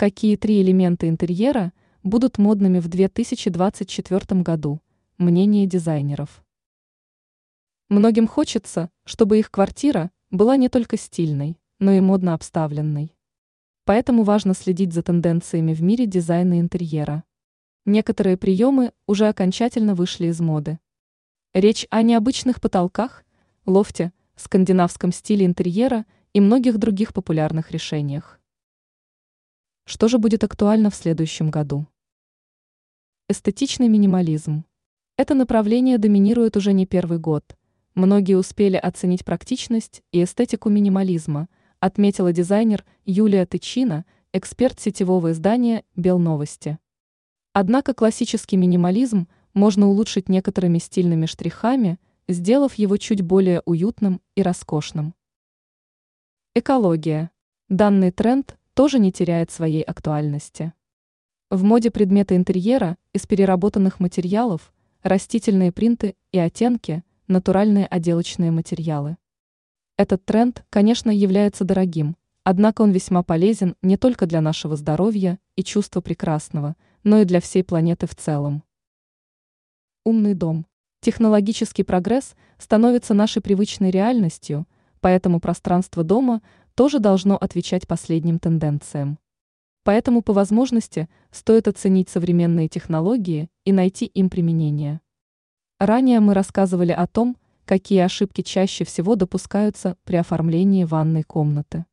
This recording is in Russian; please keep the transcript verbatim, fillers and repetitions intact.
Какие три элемента интерьера будут модными в две тысячи двадцать четвёртом году? Мнение дизайнеров. Многим хочется, чтобы их квартира была не только стильной, но и модно обставленной. Поэтому важно следить за тенденциями в мире дизайна интерьера. Некоторые приемы уже окончательно вышли из моды. Речь о необычных потолках, лофте, скандинавском стиле интерьера и многих других популярных решениях. Что же будет актуально в следующем году? Эстетичный минимализм. Это направление доминирует уже не первый год. Многие успели оценить практичность и эстетику минимализма, отметила дизайнер Юлия Тычина, эксперт сетевого издания «Белновости». Однако классический минимализм можно улучшить некоторыми стильными штрихами, сделав его чуть более уютным и роскошным. Экология. Данный тренд тоже не теряет своей актуальности. В моде предметы интерьера из переработанных материалов, растительные принты и оттенки, натуральные отделочные материалы. Этот тренд, конечно, является дорогим, однако он весьма полезен не только для нашего здоровья и чувства прекрасного, но и для всей планеты в целом. Умный дом. Технологический прогресс становится нашей привычной реальностью, поэтому пространство дома тоже должно отвечать последним тенденциям. Поэтому по возможности стоит оценить современные технологии и найти им применение. Ранее мы рассказывали о том, какие ошибки чаще всего допускаются при оформлении ванной комнаты.